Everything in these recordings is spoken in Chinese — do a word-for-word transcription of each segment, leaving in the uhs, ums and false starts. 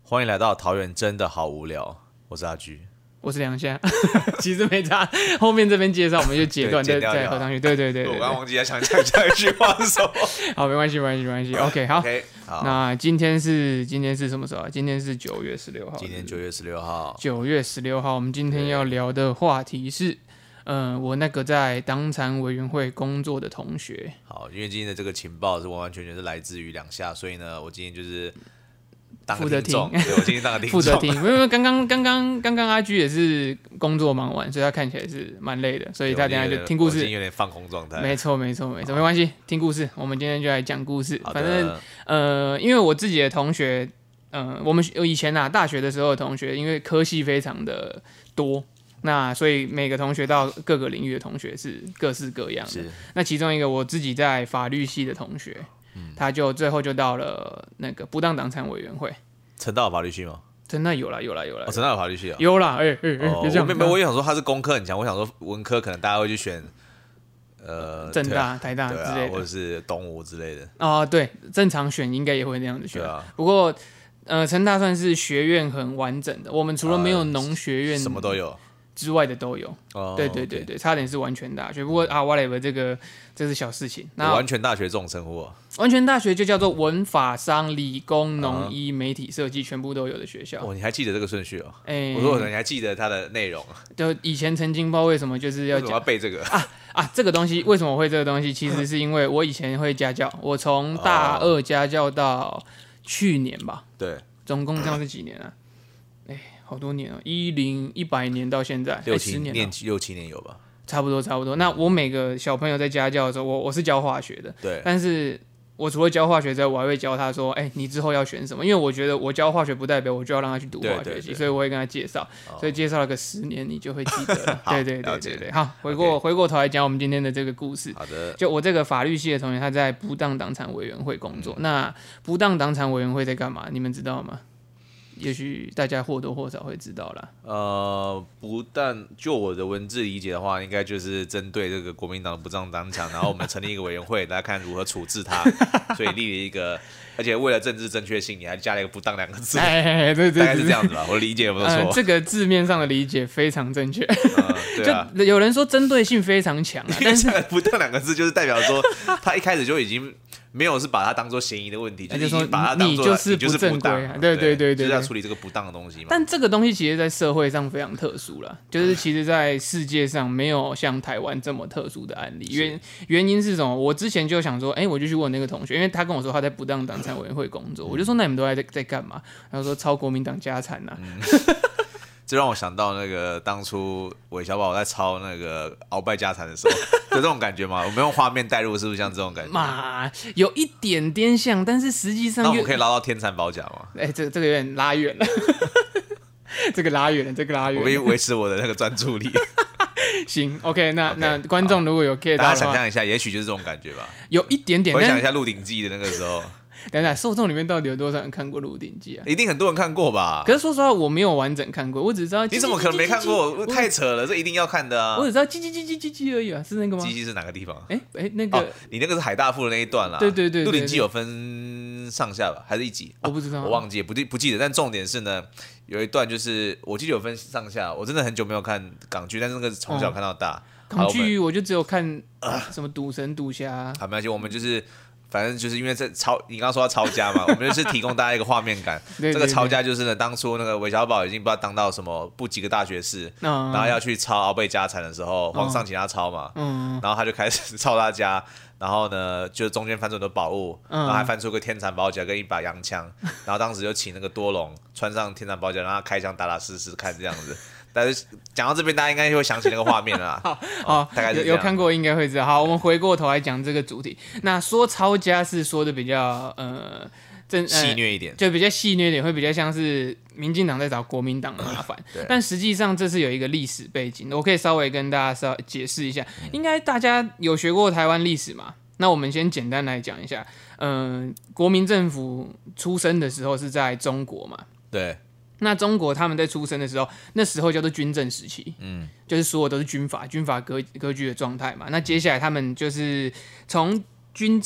欢迎来到桃园，真的好无聊。我是阿居， 我是梁夏，其实没差，后面这边介绍我们就截断再再合上去。对对 对, 對, 對, 對， 我刚刚忘记想讲下一句话是什么。 好，没关系，没关系，没关系。OK， 好。 Okay, 好， 那今天是今天是什么时候啊？今天是九月十六号。 今天九月十六号。 九月十六号，我们今天要聊的话题是，嗯、呃，我那个在党产委员会工作的同学。 好，因为今天的这个情报是完完全全是来自于两下，所以呢，我今天就是当个听众，对，我今天当个听众， 负责听。因为刚刚刚刚刚刚阿居也是工作忙完，所以他看起来是蛮累的，所以他等一下就听故事。 我今天有点放空状态。 没错，没错，没错，没关系，听故事。我们今天就来讲故事。反正呃，因为我自己的同学，呃，我们以前啊大学的时候的同学，因为科系非常的多。那所以每个同学到各个领域的同学是各式各样的。那其中一个我自己在法律系的同学，嗯、他就最后就到了那个不当党产委员会。 成大有法律系吗？ 成大有啦有啦有啦。 哦，成大有法律系啊、喔。 有啦，哎哎哎，别这样。 没没，我也想说他是工科很强，我想说文科可能大家会去选，呃， 政大、台大之类的， 啊、或者是东吴之类的。 哦、呃，对，正常选应该也会那样子选。 啊、 不过，呃，成大算是学院很完整的，我们除了没有农学院、呃， 什么都有。 之外的都有，哦、对对对对， okay. 差点是完全大学。不过啊 ，whatever， 这个这是小事情。那完全大学这种称呼、啊， 完全大学就叫做文法商、理工、农医、媒体设计，全部都有的学校。 哦，你还记得这个顺序哦？哎、欸，我说你还记得它的内容？ 就以前曾经不知道为什么就是要讲要背这个啊啊，这个东西为什么我会这个东西？其实是因为我以前会家教，我从大二家教到去年吧， 对， 总共这样是几年啊？好多年了，一零一百年到现在， 六七十年了，六七年有吧？ 差不多，差不多。那我每个小朋友在家教的时候，我我是教化学的， 对。 但是我除了教化学之外，我还会教他说，哎、欸，你之后要选什么？因为我觉得我教化学不代表我就要让他去读化学系，所以我会跟他介绍，哦、所以介绍了个十年，你就会记得了。对对对对对，好，回过、okay. 回过头来讲我们今天的这个故事。 好的。 就我这个法律系的同学，他在不当党产委员会工作。嗯、那不当党产委员会在干嘛？你们知道吗？也许大家或多或少会知道啦。 呃，不但就我的文字理解的话，应该就是针对这个国民党的不当党产，然后我们成立一个委员会，大家看如何处置它。所以立了一个，而且为了政治正确性，你还加了一个不当两个字。 哎，对对， 大概是这样子吧。我理解有没有错、 呃？这个字面上的理解非常正确。 呃对啊、 就有人说针对性非常强、啊，但是不当两个字就是代表说他一开始就已经。没有是把它当做嫌疑的问题，就是说把它当作你就是不正规、啊，对对对 对, 对， 就是要处理这个不当的东西嘛。 但这个东西其实，在社会上非常特殊啦，就是其实，在世界上没有像台湾这么特殊的案例。原原因是什么？我之前就想说，哎、欸，我就去问那个同学，因为他跟我说他在不当党产委员会工作，我就说那你们都在在干嘛？他说抄国民党家产呐、啊。嗯这让我想到那个当初韦小宝在抄那个鳌拜家产的时候，有这种感觉吗？我们用画面带入，是不是像这种感觉？ 嘛，有一点点像，但是实际上， 那我们可以拉到天蚕宝甲吗？ 哎、欸，这个这个有点拉远了，这个拉远了，这个拉远了。 我可以维持我的那个专注力。 行 ，OK， 那 okay, 那观众如果有 get 到的话， 大家想象一下，也许就是这种感觉吧。 有一点点， 回想一下《鹿鼎记》的那个时候。 等等，受众里面到底有多少人看过《鹿鼎记》啊？ 一定很多人看过吧？ 可是说实话，我没有完整看过，我只知道。 你怎么可能没看过？太扯了，这一定要看的啊！ 我只知道叽叽叽叽叽叽而已啊，是那个吗？ 叽叽是哪个地方？ 哎、欸、哎、欸，那个、哦， 你那个是海大富的那一段啦。 对对对， 《鹿鼎记》有分上下吧，还是一集？ 我不知道、啊， 我忘记，不记不记得。但重点是呢，有一段就是我记得有分上下，我真的很久没有看港剧，但是那个从小看到大。 港、哦、剧我就只有看、呃、什么赌神、赌侠。 好，没关系，我们就是。反正就是因为这抄，你刚刚说要抄家嘛，我们就是提供大家一个画面感。 对对对， 这个抄家就是呢，当初那个韦小宝已经不知道当到什么部级的大学士，嗯、然后要去抄鳌贝家产的时候，皇上请他抄嘛，嗯、然后他就开始抄他家，然后呢，就中间翻出很多宝物，嗯、然后还翻出个天蚕宝甲跟一把洋枪，然后当时就请那个多隆穿上天蚕宝甲，让他开枪打打试试看这样子。但是讲到这边，大家应该会想起那个画面啦。 好，哦、大概是有有看过，应该会知道。好，我们回过头来讲这个主题。那说抄家是说的比较呃正戏谑一点、呃， 就比较戏谑一点，会比较像是民进党在找国民党的麻烦。但实际上这是有一个历史背景，我可以稍微跟大家稍解释一下。嗯、应该大家有学过台湾历史嘛？那我们先简单来讲一下。嗯、呃，国民政府出生的时候是在中国嘛？ 对。 那中国他们在出生的时候，那时候叫做军政时期，嗯，就是所有都是军阀、军阀割割据的状态嘛。那接下来他们就是从军政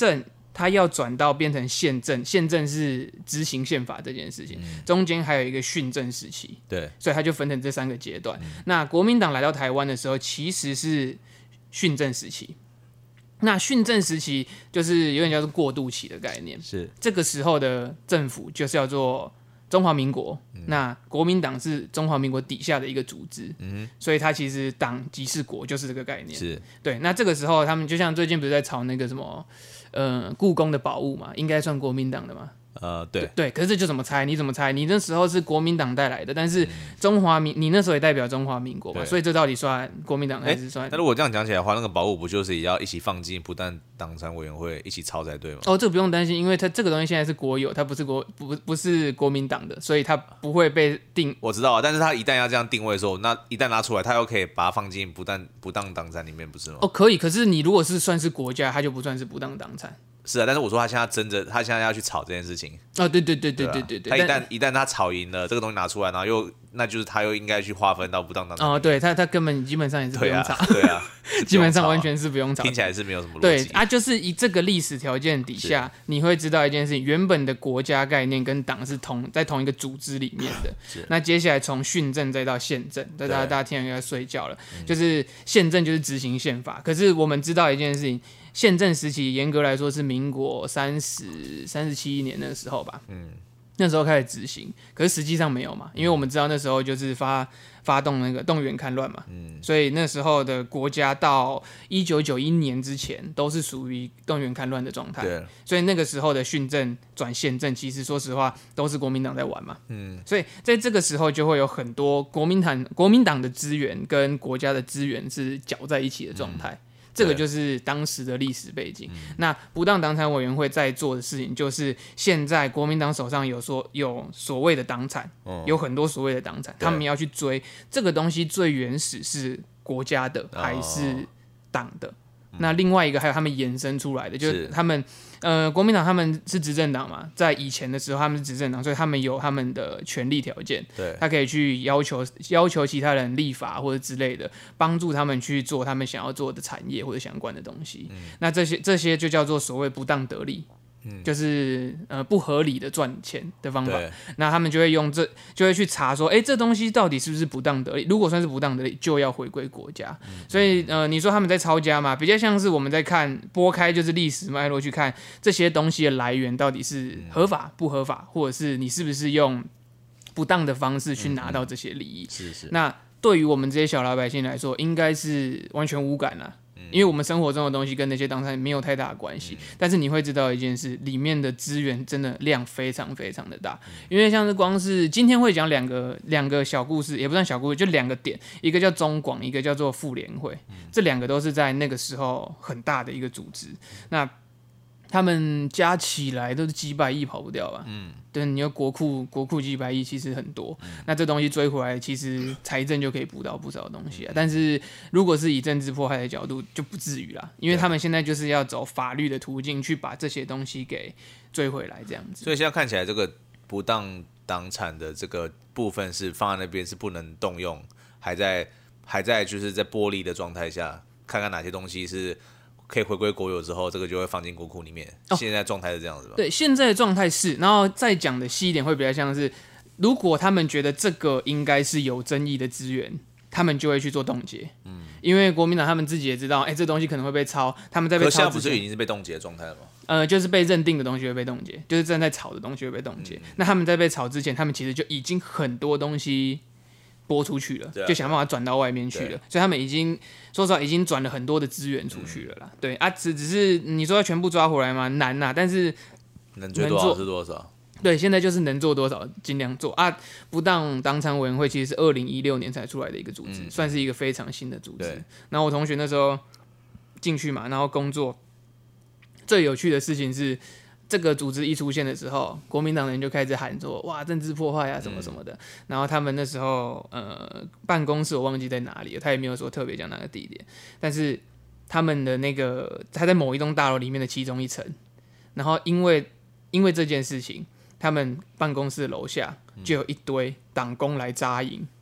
他要转到变成宪政，宪政是执行宪法这件事情，嗯、中间还有一个训政时期， 对， 所以他就分成这三个阶段。嗯、那国民党来到台湾的时候，其实是训政时期。那训政时期就是有点叫做过渡期的概念， 是这个时候的政府就是叫做中华民国，嗯、那国民党是中华民国底下的一个组织，嗯、所以它其实党即是国，就是这个概念。 是对。那这个时候他们就像最近不是在炒那个什么，呃，故宫的宝物嘛，应该算国民党的嘛。 呃，对对，可是这就怎么猜？你怎么猜？你那时候是国民党带来的，但是中华民，你那时候也代表中华民国嘛，所以这到底算国民党还是算？ 那如果这样讲起来的话，那个宝物不就是也要一起放进不但党产委员会一起抄才对吗？ 哦，这个不用担心，因为它这个东西现在是国有，它不是国不不是国民党的，所以它不会被定。 我知道啊，但是它一旦要这样定位的时候，那一旦拿出来，它又可以把它放进不但不当党产里面，不是吗？ 哦，可以，可是你如果是算是国家，它就不算是不当党产。 是啊，但是我说他现在争着，他现在要去炒这件事情。 哦，对对对对对对对。 他一旦一旦他炒赢了，这个东西拿出来，然后又那就是他又应该去划分到不当党产。 哦，对他他根本基本上也是不用炒。 对啊， 基本上完全是不用炒。 听起来是没有什么逻辑。 对啊，就是以这个历史条件底下，你会知道一件事情：原本的国家概念跟党是同在同一个组织里面的。那接下来从训政再到宪政，大家大家听完要睡觉了。就是宪政就是执行宪法，可是我们知道一件事情。宪政时期严格来说是民国三十三十七年那个时候吧，嗯，那时候开始执行，可是实际上没有嘛，因为我们知道那时候就是发发动那个动员戡乱嘛，嗯，所以那时候的国家到一九九一年之前都是属于动员戡乱的状态，对，所以那个时候的训政转宪政，其实说实话都是国民党在玩嘛，嗯，所以在这个时候就会有很多国民党国民党的资源跟国家的资源是搅在一起的状态。嗯，这个就是当时的历史背景。嗯、那不当党产委员会在做的事情，就是现在国民党手上有说有所谓的党产，哦、有很多所谓的党产，他们要去追这个东西最原始是国家的还是党的？哦、那另外一个还有他们衍生出来的，就是他们呃国民党他们是执政党嘛，在以前的时候他们是执政党，所以他们有他们的权利条件，对，他可以去要求要求其他人立法或者之类的，帮助他们去做他们想要做的产业或者相关的东西。嗯、那这些这些就叫做所谓不当得利。嗯、就是呃不合理的赚钱的方法，那他们就会用这就会去查说，哎、欸，这东西到底是不是不当得利？如果算是不当得利，就要回归国家。嗯、所以呃，你说他们在抄家嘛，比较像是我们在看拨开就是历史脉络去看这些东西的来源到底是合法不合法，或者是你是不是用不当的方式去拿到这些利益。嗯、是是。那对于我们这些小老百姓来说，应该是完全无感啦。因为我们生活中的东西跟那些党产没有太大的关系，嗯、但是你会知道一件事，里面的资源真的量非常非常的大。嗯、因为像是光是今天会讲两个两个小故事，也不算小故事，就两个点，一个叫中广，一个叫做妇联会，嗯、这两个都是在那个时候很大的一个组织。那他们加起来都是几百亿跑不掉吧？嗯，对，你要国库国库几百亿其实很多，嗯、那这东西追回来，其实财政就可以补到不少东西啊。嗯、但是如果是以政治迫害的角度，就不至于啦，因为他们现在就是要走法律的途径去把这些东西给追回来，这样子。 所以现在看起来，这个不当党产的这个部分是放在那边是不能动用，还在还在就是在剥离的状态下，看看哪些东西是。可以回归国有之后，这个就会放进国库里面。哦、现在状态是这样子吧？ 对，现在的状态是，然后再讲的细一点，会比较像是，如果他们觉得这个应该是有争议的资源，他们就会去做冻结。嗯，因为国民党他们自己也知道，哎、欸，这东西可能会被抄，他们在被抄之前， 可是现在不是已经是被冻结的状态了吗？ 呃，就是被认定的东西会被冻结，就是正在炒的东西会被冻结。嗯、那他们在被炒之前，他们其实就已经很多东西。拨出去了，啊、就想办法转到外面去了，所以他们已经说实话已经转了很多的资源出去了啦。嗯、对啊，只只是你说要全部抓回来吗？难呐、啊，但是能做多少是多少。 对，现在就是能做多少尽量做啊。不当党产委员会其实是二零一六年才出来的一个组织，嗯、算是一个非常新的组织。然后我同学那时候进去嘛，然后工作，最有趣的事情是。这个组织一出现的时候，国民党人就开始喊说：“哇，政治破坏啊，什么什么的。嗯”然后他们那时候，呃，办公室我忘记在哪里了，他也没有说特别讲哪个地点，但是他们的那个他在某一栋大楼里面的其中一层，然后因为因为这件事情，他们办公室楼下就有一堆党工来扎营。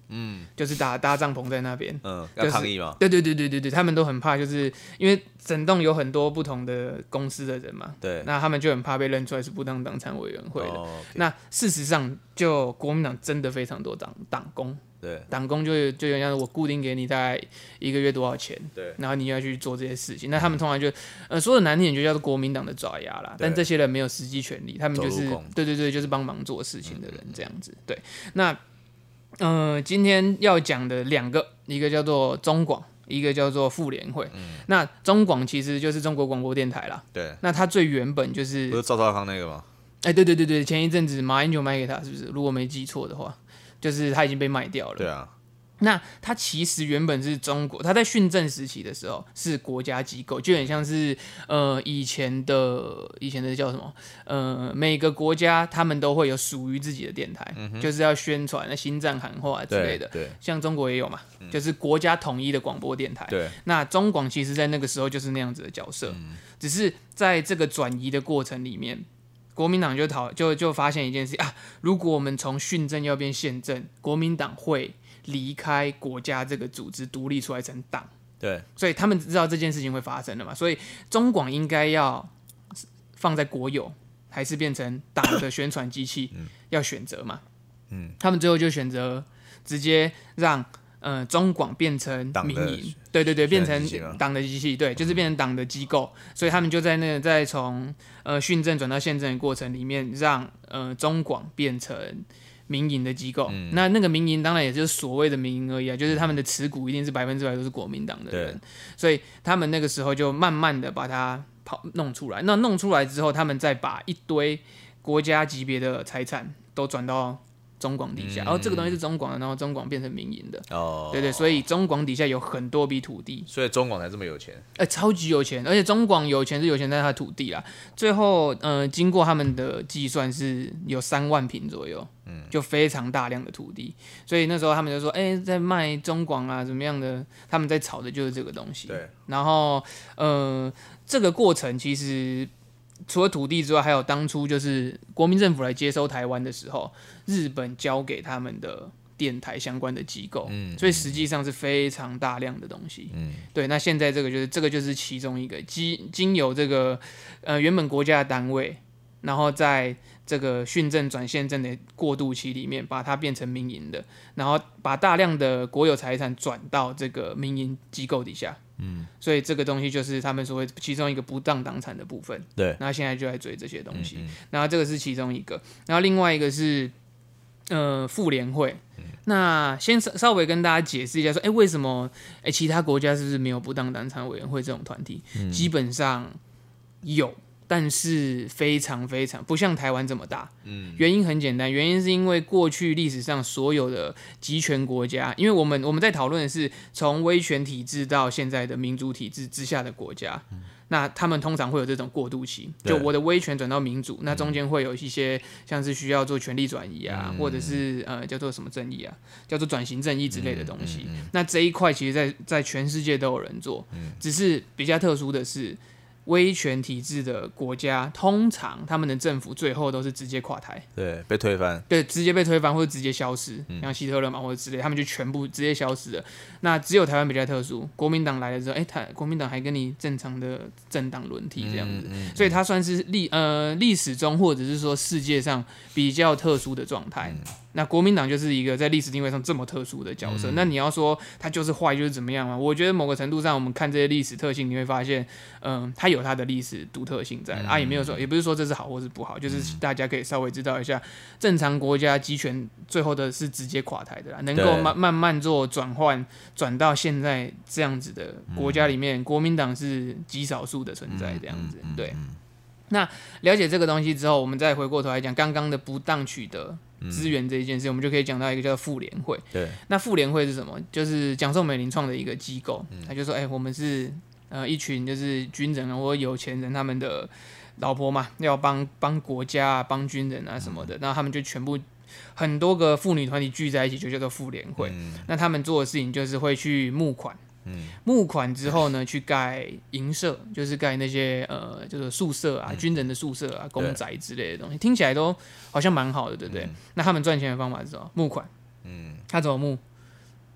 嗯，就是搭搭帐篷在那边， 嗯，要抗议吗？ 对对对对对对，他们都很怕，就是因为整栋有很多不同的公司的人嘛， 对， 那他们就很怕被认出来是不当党产委员会的。 哦 okay、 那事实上，就国民党真的非常多党党工。 对， 党工就就有像我固定给你大概一个月多少钱， 对， 然后你要去做这些事情。那他们通常就，呃，说的难听点就叫做国民党的爪牙啦。但这些人没有实际权利，他们就是对对对，就是帮忙做事情的人这样子。对，那呃，今天要讲的两个，一个叫做中广，一个叫做妇联会。嗯、那中广其实就是中国广播电台啦。 对， 那它最原本就是不是赵少康那个吗？ 哎、欸，对对对对，前一阵子马英九卖给他，是不是？如果没记错的话。就是他已经被卖掉了。 对啊， 那他其实原本是中国，他在训政时期的时候是国家机构，就很像是呃以前的以前的叫什么呃每个国家他们都会有属于自己的电台，嗯、就是要宣传新战喊话之类的。 对，对像中国也有嘛，嗯、就是国家统一的广播电台。 对， 那中广其实在那个时候就是那样子的角色，嗯、只是在这个转移的过程里面。国民党就讨就就发现一件事啊，如果我们从训政要变宪政，国民党会离开国家这个组织，独立出来成党。 对， 所以他们知道这件事情会发生的嘛，所以中广应该要放在国有，还是变成党的宣传机器，嗯、要选择嘛。嗯，他们最后就选择直接让。呃，中广变成民营，对对对，变成党的机器，对，就是变成党的机构，嗯、所以他们就在那个在从呃训政转到宪政的过程里面，让呃中广变成民营的机构。嗯、那那个民营当然也就是所谓的民营而已啊，就是他们的持股一定是百分之百都是国民党的人，所以他们那个时候就慢慢的把它跑弄出来。那弄出来之后，他们再把一堆国家级别的财产都转到。中广底下，然后、嗯哦、这个东西是中广的，然后中广变成民营的，哦，对对，所以中广底下有很多笔土地， 所以中广才这么有钱， 哎、欸，超级有钱，而且中广有钱是有钱在他的土地啦，最后呃经过他们的计算是有三万坪左右，嗯，就非常大量的土地，所以那时候他们就说，哎、欸，在卖中广啊怎么样的，他们在炒的就是这个东西， 对， 然后呃这个过程其实。除了土地之外，还有当初就是国民政府来接收台湾的时候，日本交给他们的电台相关的机构，嗯、所以实际上是非常大量的东西。嗯、对，那现在这个就是这个就是其中一个，经经由这个呃原本国家的单位，然后在这个训政转宪政的过渡期里面，把它变成民营的，然后把大量的国有财产转到这个民营机构底下。嗯，所以这个东西就是他们所谓其中一个不当党产的部分。 对， 然后现在就在追这些东西，嗯嗯、然后这个是其中一个，然后另外一个是呃妇联会。嗯、那先稍微跟大家解释一下说，哎，为什么哎其他国家是不是没有不当党产委员会这种团体？嗯、基本上有。但是非常非常不像台湾这么大，嗯，原因很简单，原因是因为过去历史上所有的集权国家，因为我们我们在讨论的是从威权体制到现在的民主体制之下的国家，嗯、那他们通常会有这种过渡期，就我的威权转到民主，那中间会有一些像是需要做权力转移啊，嗯、或者是呃叫做什么正义啊，叫做转型正义之类的东西，嗯嗯嗯、那这一块其实在在全世界都有人做，嗯、只是比较特殊的是。威权体制的国家，通常他们的政府最后都是直接垮台， 对，被推翻， 对，直接被推翻或者直接消失，嗯、像希特勒嘛或者之类，他们就全部直接消失了。那只有台湾比较特殊，国民党来了之后，哎、欸，台国民党还跟你正常的政党轮替这样子，嗯嗯嗯、所以它算是历呃历史中或者是说世界上比较特殊的状态。嗯那国民党就是一个在历史定位上这么特殊的角色，嗯、那你要说它就是坏就是怎么样嘛？我觉得某个程度上，我们看这些历史特性，你会发现，嗯、呃，它有它的历史独特性在、嗯、啊，也没有说，也不是说这是好或是不好，就是大家可以稍微知道一下，正常国家集权最后的是直接垮台的啦，能够慢慢慢做转换，转到现在这样子的国家里面，嗯、国民党是极少数的存在，这样子，嗯、对。那了解这个东西之后，我们再回过头来讲刚刚的不当取得资源这一件事，嗯、我们就可以讲到一个叫妇联会。 对， 那妇联会是什么？就是蒋宋美龄创的一个机构，嗯、他就说：“哎、欸，我们是呃一群就是军人啊或有钱人他们的老婆嘛，要帮帮国家啊、帮军人啊什么的，然后他们就全部很多个妇女团体聚在一起，就叫做妇联会。嗯、那他们做的事情就是会去募款。”募款之后呢，去盖营舍，就是盖那些呃，就是宿舍啊，嗯、军人的宿舍啊，公宅之类的东西，听起来都好像蛮好的，对不对？嗯、那他们赚钱的方法是什么？募款。嗯，他怎么募？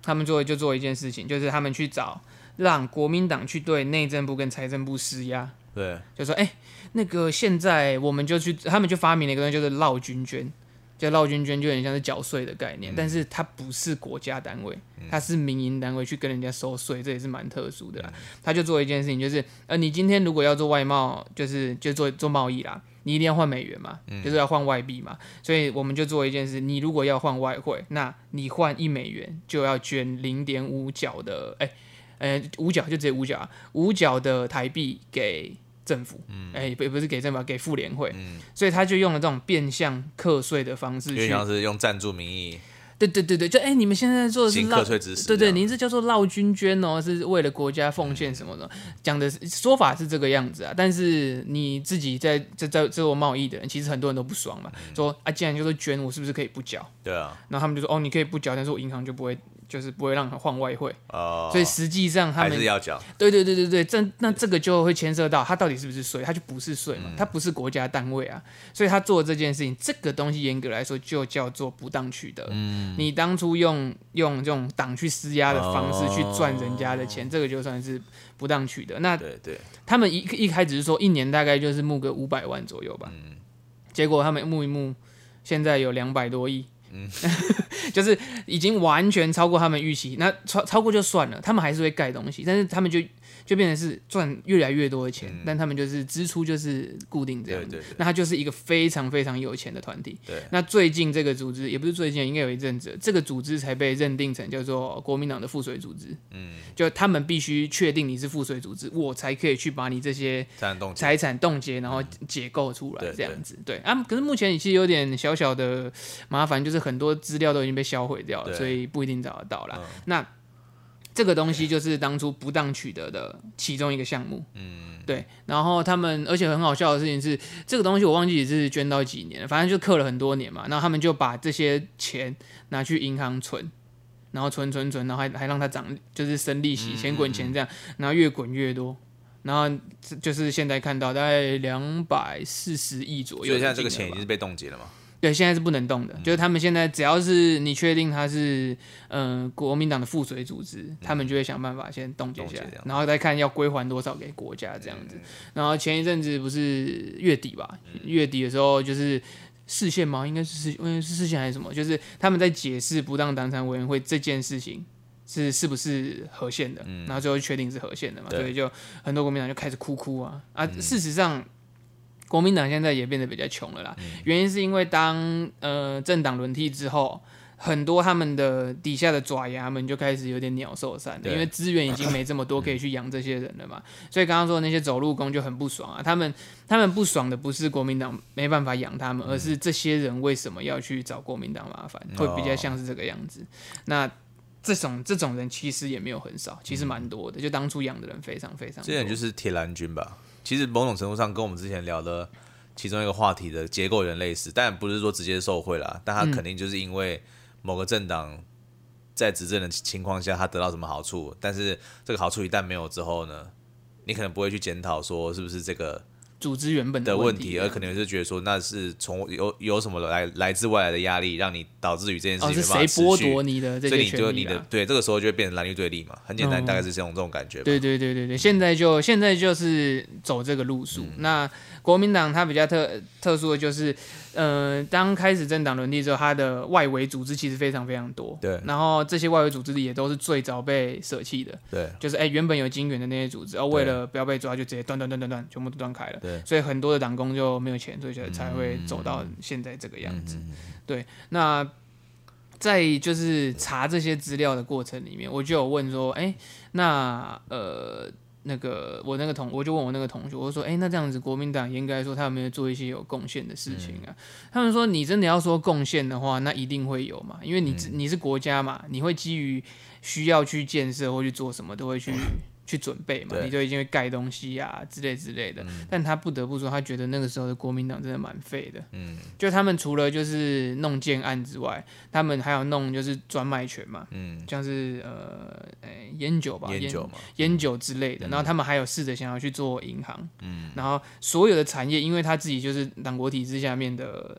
他们做就做一件事情，就是他们去找让国民党去对内政部跟财政部施压。 对， 就说哎、欸，那个现在我们就去，他们就发明了一个东西，就是绕军捐。就绕军捐就有点像是缴税的概念，嗯、但是它不是国家单位，它是民营单位去跟人家收税，这也是蛮特殊的啦。他就做一件事情，就是呃，你今天如果要做外贸，就是就做做贸易啦，你一定要换美元嘛，就是要换外币嘛，所以我们就做一件事，你如果要换外汇，那你换一美元就要捐零点五角的，哎、欸，呃，五角就直接五角啊，五角的台币给政府，哎、嗯，不、欸、不是给政府，给妇联会、嗯，所以他就用了这种变相课税的方式去， 因为像是用赞助名义， 对对对对，就哎、欸，你们现在做的是课税知识， 对对，您这叫做绕军捐哦，是为了国家奉献什么的，讲、嗯、的说法是这个样子啊，但是你自己在在在做贸易的人，其实很多人都不爽嘛，嗯、说啊，既然就是捐，我是不是可以不缴？ 对啊， 然后他们就说哦，你可以不缴，但是我银行就不会。就是不会让他换外汇、哦，所以实际上他们还是要缴。 对对对对对，这那这个就会牵涉到他到底是不是税，他就不是税嘛，他、嗯、不是国家单位啊，所以他做这件事情，这个东西严格来说就叫做不当取得。嗯，你当初用用这种党去施压的方式去赚人家的钱，哦、这个就算是不当取得。那对对， 他们一一开始是说一年大概就是募个五百万左右吧，嗯、结果他们募一募，现在有两百多亿。嗯，就是已经完全超过他们预期，那超超过就算了，他们还是会盖东西，但是他们就就变成是赚越来越多的钱，嗯、但他们就是支出就是固定这样子，对对对，那他就是一个非常非常有钱的团体。 对， 那最近这个组织也不是最近，应该有一阵子，这个组织才被认定成叫做国民党的附随组织。嗯，就他们必须确定你是附随组织，我才可以去把你这些财产冻结，然后解构出来这样子。对, 对, 对啊，可是目前其实有点小小的麻烦，就是很多资料都已经被销毁掉了，所以不一定找得到啦。嗯、那这个东西就是当初不当取得的其中一个项目，嗯，对。然后他们，而且很好笑的事情是，这个东西我忘记是捐到几年了，反正就刻了很多年嘛。然后他们就把这些钱拿去银行存，然后存存存，然后还还让它涨，就是生利息，钱滚钱这样，然后越滚越多。然后就是现在看到大概两百四十亿左右， 所以现在这个钱已经是被冻结了嘛？ 对，现在是不能动的，嗯、就是他们现在只要是你确定他是嗯、呃、国民党的附随组织，嗯、他们就会想办法先冻结下来，然后再看要归还多少给国家这样子。嗯、然后前一阵子不是月底吧？嗯、月底的时候就是释宪吗？应该是释，因为是释宪还是什么？就是他们在解释不当党产委员会这件事情。是是不是合宪的？嗯、然后最后确定是合宪的嘛，所以就很多国民党就开始哭哭啊啊！嗯、事实上，国民党现在也变得比较穷了啦。嗯、原因是因为当呃政党轮替之后，很多他们的底下的爪牙们就开始有点鸟兽散了，因为资源已经没这么多可以去养这些人了嘛。所以刚刚说的那些走路工就很不爽啊，他们他们不爽的不是国民党没办法养他们，而是这些人为什么要去找国民党麻烦，会比较像是这个样子。那这种这种人其实也没有很少，其实蛮多的。就当初养的人非常非常多。 这点就是铁蓝军吧。其实某种程度上跟我们之前聊的其中一个话题的结构有点类似，但不是说直接受贿啦，但他肯定就是因为某个政党在执政的情况下，他得到什么好处，但是这个好处一旦没有之后呢，你可能不会去检讨说是不是这个组织原本的问题， 而可能是觉得说那是从有有什么来来自外来的压力，让你导致于这件事情没办法持续， 哦、是谁剥夺你的这些权利， 所以你就你的对这个时候就会变成蓝绿对立嘛，很简单，嗯、大概是这种这种感觉吧。 对对对对对，现在就现在就是走这个路数。嗯、那国民党它比较特特殊的就是，呃，当开始政党轮替之后，它的外围组织其实非常非常多。 对， 然后这些外围组织也都是最早被舍弃的。 对， 就是哎，原本有金援的那些组织，然后为了不要被抓，就直接断断断断断，全部都断开了。对，所以很多的党工就没有钱，所以才会走到现在这个样子。嗯、对，那在就是查这些资料的过程里面，我就有问说，哎，那呃。那个我那个同我就问我那个同学，我就说，哎、欸，那这样子国民党应该说他有没有做一些有贡献的事情啊？嗯、他们说，你真的要说贡献的话，那一定会有嘛，因为你、嗯、你是国家嘛，你会基于需要去建设或去做什么，都会去。去准备嘛，你就已经会盖东西啊之类之类的。嗯、但他不得不说，他觉得那个时候的国民党真的蛮废的。嗯，就他们除了就是弄建案之外，他们还有弄就是专卖权嘛。嗯，像是呃，诶烟酒吧， 烟酒嘛， 烟酒之类的。嗯、然后他们还有试着想要去做银行。嗯，然后所有的产业，因为他自己就是党国体制下面的。就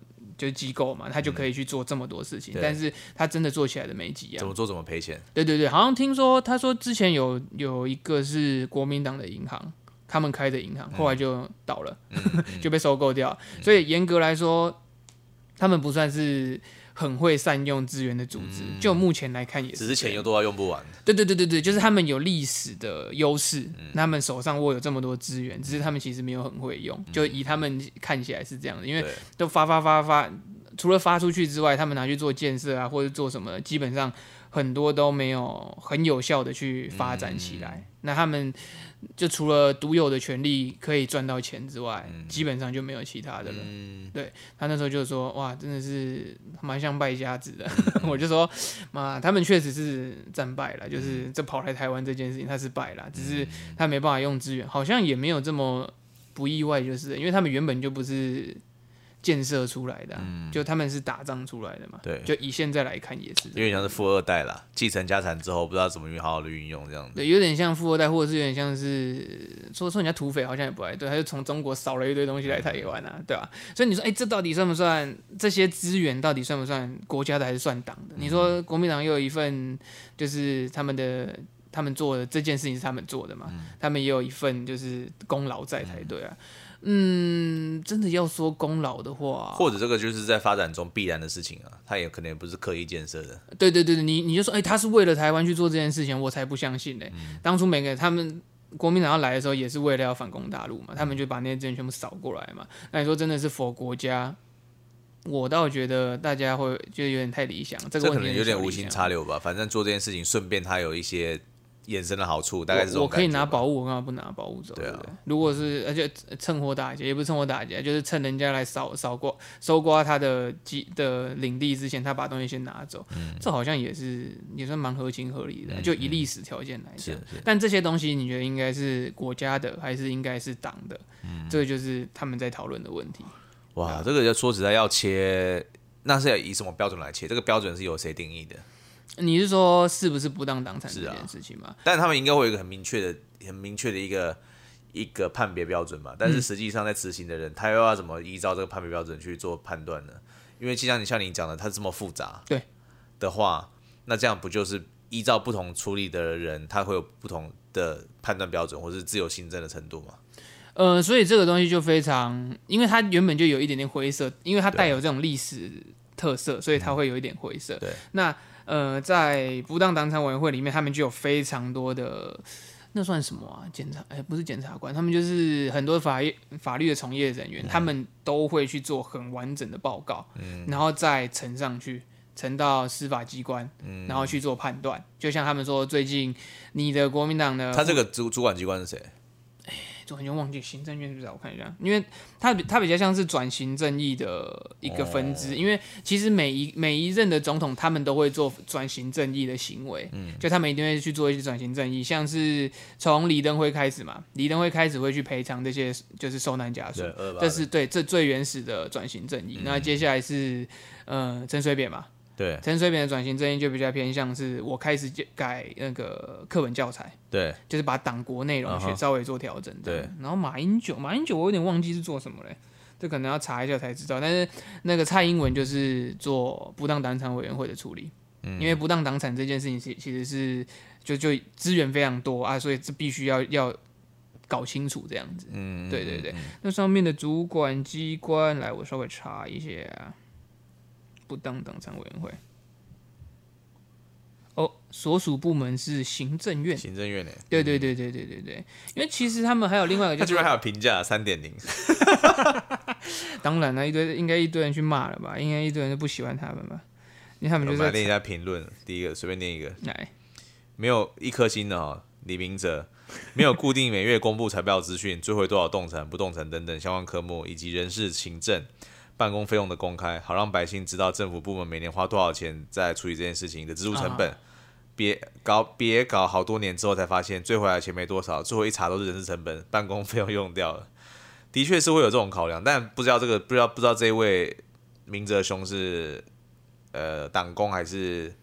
就是机构嘛，他就可以去做这么多事情，嗯、但是他真的做起来的没几样。 怎么做怎么赔钱？ 对对对，好像听说他说之前有有一个是国民党的银行，他们开的银行，后来就倒了，嗯、就被收购掉。嗯、所以严格来说，他们不算是很会善用资源的组织，嗯、就目前来看也是。 只是钱又多到用不完。 对对对对对，就是他们有历史的优势，嗯、他们手上握有这么多资源，只是他们其实没有很会用。嗯、就以他们看起来是这样的，因为都发发发发，除了发出去之外，他们拿去做建设啊，或者做什么，基本上很多都没有很有效的去发展起来。嗯、那他们就除了独有的权利可以赚到钱之外，嗯、基本上就没有其他的了。嗯、对，他那时候就说，哇，真的是蛮像败家子的。嗯、我就说，妈，他们确实是战败了，就是这跑来台湾这件事情他是败了，只是他没办法用资源，好像也没有这么不意外，就是因为他们原本就不是建设出来的、啊，嗯、就他们是打仗出来的嘛。对，就以现在来看也是， 有点像是富二代啦，继承家产之后不知道怎么好好的运用这样子。 对，有点像富二代，或者是有点像是说说人家土匪，好像也不爱对，他就从中国扫了一堆东西来台湾啊，对吧、啊？所以你说，哎、欸，这到底算不算这些资源？到底算不算国家的，还是算党的？嗯、你说国民党又有一份，就是他们的。他们做的这件事情是他们做的嘛？嗯、他们也有一份就是功劳在才对啊。嗯，真的要说功劳的话， 或者这个就是在发展中必然的事情啊，他也可能也不是刻意建设的。 对对对，你你就说，哎、欸，他是为了台湾去做这件事情，我才不相信呢、欸。嗯、当初每个他们国民党要来的时候，也是为了要反攻大陆嘛，他们就把那些资源全部扫过来嘛。那你说真的是佛国家？我倒觉得大家会就有点太理想，这个问题可能有点无心插柳吧。反正做这件事情，顺便他有一些衍生的好处，大概是这种我。我可以拿宝物，我干嘛不拿宝物走？ 对啊， 对对，如果是而且趁火打劫，也不是趁火打劫，就是趁人家来扫扫刮、搜刮他的基的领地之前，他把东西先拿走，嗯、这好像也是也算蛮合情合理的。嗯、就以历史条件来讲，但这些东西你觉得应该是国家的，还是应该是党的？嗯、这个就是他们在讨论的问题。 哇，这个说实在要切，那是要以什么标准来切？这个标准是由谁定义的？ 你是说是不是不当党产这件事情吗？ 啊、但他们应该会有一个很明确的、很明确的一个一个判别标准嘛。但是实际上在执行的人，嗯、他又要怎么依照这个判别标准去做判断呢？因为就像你像你讲的，它这么复杂， 对的话，那这样不就是依照不同处理的人，他会有不同的判断标准，或是自由行政的程度吗？ 呃，所以这个东西就非常，因为它原本就有一点点灰色，因为它带有这种历史特色，所以它会有一点灰色。对，那。呃，在不当党产委员会里面，他们就有非常多的，那算什么啊？检察，哎、欸，不是检察官，他们就是很多法律法律的从业人员，嗯、他们都会去做很完整的报告，嗯、然后再呈上去，呈到司法机关，嗯、然后去做判断。就像他们说，最近你的国民党的， 他这个主主管机关是谁？ 就很久忘记行政院是不是？我看一下，因为它它比较像是转型正义的一个分支，哦、因为其实每一每一任的总统他们都会做转型正义的行为，嗯、就他们一定会去做一些转型正义，像是从李登辉开始嘛，李登辉开始会去赔偿这些就是受难家属，这是对这最原始的转型正义。嗯、那接下来是呃陈水扁嘛。 对， 陈水扁的转型正义就比较偏向是我开始改那个课本教材， 对， 就是把党国内容学稍微做调整。对，然后马英九，马英九我有点忘记是做什么嘞，这可能要查一下才知道。但是那个蔡英文就是做不当党产委员会的处理，嗯、因为不当党产这件事情其其实是就就资源非常多啊，所以这必须要要搞清楚这样子。嗯，对对对，嗯、那上面的主管机关，来我稍微查一下。不当党产委员会，哦，所属部门是行政院。 行政院呢？ 对对对对对对对，因为其实他们还有另外一个， 他居然还有评价三点零。 当然了，一堆应该一堆人去骂了吧？应该一堆人就不喜欢他们吧？因为他们就是。 我们来念一下评论，第一个随便念一个。 来， 没有一颗星的哈，李明哲。没有固定每月公布财报资讯，追回多少动产、不动产等等相关科目，以及人事行政。办公费用的公开，好让百姓知道政府部门每年花多少钱在处理这件事情的支出成本。别、啊、搞别搞好多年之后才发现追回来的钱没多少，最后一查都是人事成本、办公费用用掉了。的确是会有这种考量，但不知道这个不知道不知道这一位明哲兄是呃党工还是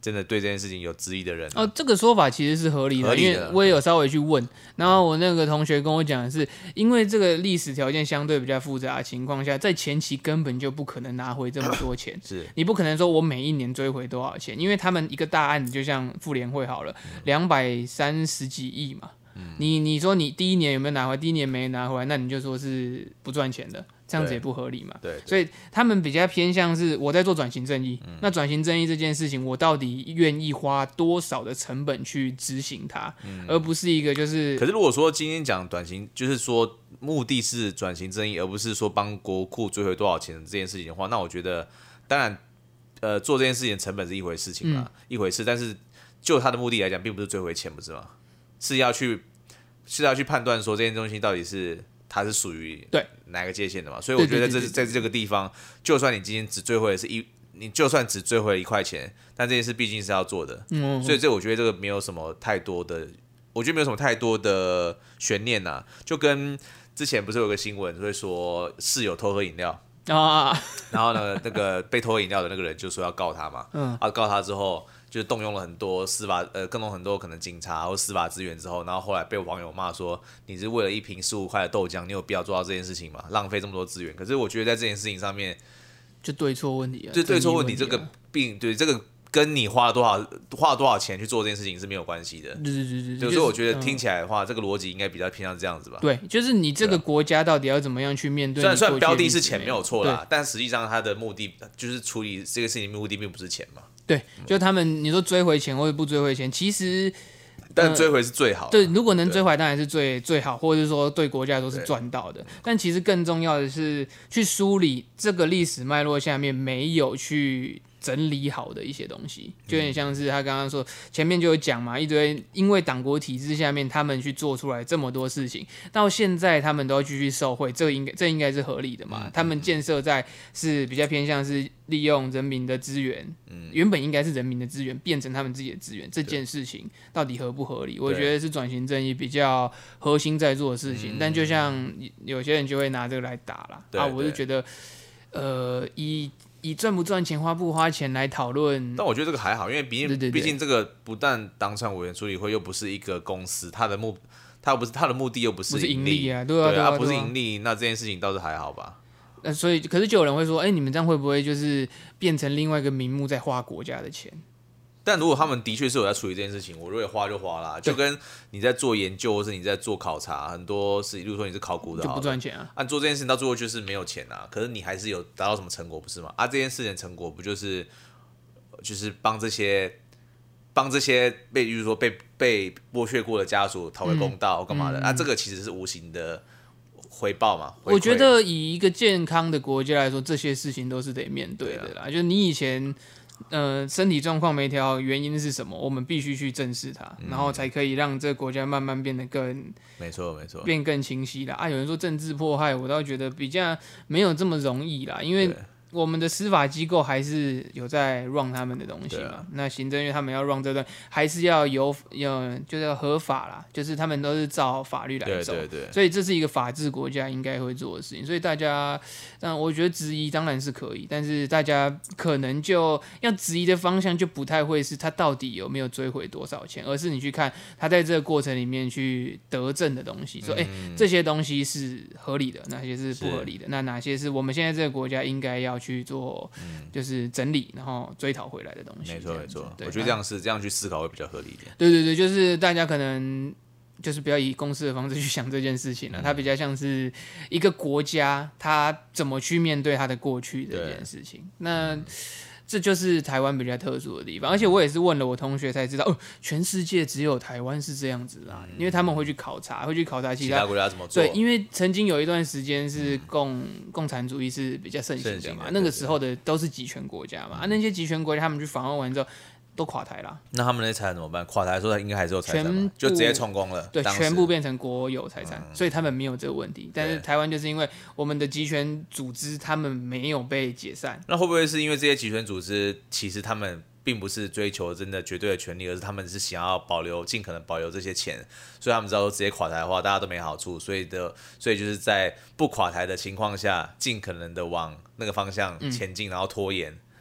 真的对这件事情有质疑的人、 啊。哦，这个说法其实是合理的， 合理的因为我也有稍微去问，然后我那个同学跟我讲的是，因为这个历史条件相对比较复杂的情况下，在前期根本就不可能拿回这么多钱， 是你不可能说我每一年追回多少钱，因为他们一个大案子就像妇联会好了，两百三十几亿嘛。你你说你第一年有没有拿回来？第一年没拿回来，那你就说是不赚钱的，这样子也不合理嘛。 对，对所以他们比较偏向是我在做转型正义。嗯、那转型正义这件事情，我到底愿意花多少的成本去执行它，嗯、而不是一个就是。 可是如果说今天讲转型，就是说目的是转型正义，而不是说帮国库追回多少钱这件事情的话，那我觉得当然，呃，做这件事情的成本是一回事情嘛，嗯、一回事。但是就他的目的来讲，并不是追回钱，不是吗？是要去是要去判断说这件东西到底是它是属于哪个界限的嘛？所以我觉得这在这个地方，就算你今天只追回的是一，你就算只追回了一块钱，但这件事毕竟是要做的，嗯、所以这我觉得这个没有什么太多的，我觉得没有什么太多的悬念呐、啊。就跟之前不是有个新闻会说室友偷喝饮料啊，然后呢，那个被偷喝饮料的那个人就说要告他嘛，嗯，啊告他之后。就是动用了很多司法呃，更动很多可能警察或司法资源之后，然后后来被网友骂说，你是为了一瓶十五块的豆浆，你有必要做到这件事情吗？浪费这么多资源。可是我觉得在这件事情上面， 就对错问题啊， 就对错问题，这个并对这个跟你花了多少花了多少钱去做这件事情是没有关系的。 对对对对， 所以我觉得听起来的话，嗯、这个逻辑应该比较偏向这样子吧。 对，就是你这个国家到底要怎么样去面对？ 虽然虽然标的是钱没有错啦，但实际上它的目的就是处理这个事情目的并不是钱嘛。 对，就他们你说追回钱或者不追回钱，其实， 但追回是最好的。 对，如果能追回当然是最最好，或者是说对国家都是赚到的。但其实更重要的是去梳理这个历史脉络下面没有去整理好的一些东西，就有点像是他刚刚说前面就有讲嘛，一堆因为党国体制下面他们去做出来这么多事情，到现在他们都要继续受贿，这应该这应该是合理的嘛？嗯、他们建设在是比较偏向是利用人民的资源，嗯、原本应该是人民的资源变成他们自己的资源，这件事情到底合不合理？我觉得是转型正义比较核心在做的事情，但就像有些人就会拿这个来打啦，啊，我就觉得，呃，以以赚不赚钱、花不花钱来讨论， 但我觉得这个还好，因为毕竟毕竟这个不但党产委员处理会又不是一个公司，它的目它不是它的目的又不是盈利啊， 对啊，对啊， 不是盈利，那这件事情倒是还好吧。 那所以，可是就有人会说，哎、欸，你们这样会不会就是变成另外一个名目在花国家的钱？ 但如果他们的确是有在处理这件事情，我如果花就花啦，就跟你在做研究或是你在做考察，很多是，例如说你是考古的， 就不赚钱啊。 按、啊、做这件事情到最后就是没有钱啊，可是你还是有达到什么成果，不是吗？啊，这件事情的成果不就是就是帮这些帮这些被，例如说被被剥削过的家属讨回公道，干嘛的？嗯嗯、啊，这个其实是无形的回报嘛。 我觉得以一个健康的国家来说，这些事情都是得面对的啦。啊、就是你以前。呃，身体状况没调好，原因是什么？我们必须去正视它，嗯、然后才可以让这个国家慢慢变得更没错没错， 变更清晰啦。啊，有人说政治迫害，我倒觉得比较没有这么容易啦，因为我们的司法机构还是有在 run 他们的东西嘛。啊、那行政院他们要 run 这段，还是要有有就是要合法啦，就是他们都是照法律来走。 对对对。 所以这是一个法治国家应该会做的事情。所以大家，但我觉得质疑当然是可以，但是大家可能就要质疑的方向就不太会是他到底有没有追回多少钱，而是你去看他在这个过程里面去得证的东西，说哎、嗯欸、这些东西是合理的，哪些是不合理的，那哪些是我们现在这个国家应该要去做，就是整理然后追讨回来的东西。 没错没错，我觉得这样是这样去思考会比较合理一点。 对对对，就是大家可能。就是不要以公司的方式去想这件事情了，它比较像是一个国家，它怎么去面对它的过去这件事情。那这就是台湾比较特殊的地方，而且我也是问了我同学才知道，哦，全世界只有台湾是这样子啦，因为他们会去考察，会去考察其他其他国家怎么做。 对，因为曾经有一段时间是共、嗯、共产主义是比较盛行的嘛，的那个时候的都是集权国家嘛，啊，那些集权国家他们去访问完之后。都垮台了， 那他们那些财产怎么办？垮台的时候应该还是有财产嘛，就直接充公了。 对，全部变成国有财产，嗯、所以他们没有这个问题。但是台湾就是因为我们的集权组织，他们没有被解散。 那会不会是因为这些集权组织，其实他们并不是追求真的绝对的权利，而是他们是想要保留，尽可能保留这些钱，所以他们知道说直接垮台的话，大家都没好处，所以的，所以就是在不垮台的情况下，尽可能的往那个方向前进，嗯、然后拖延。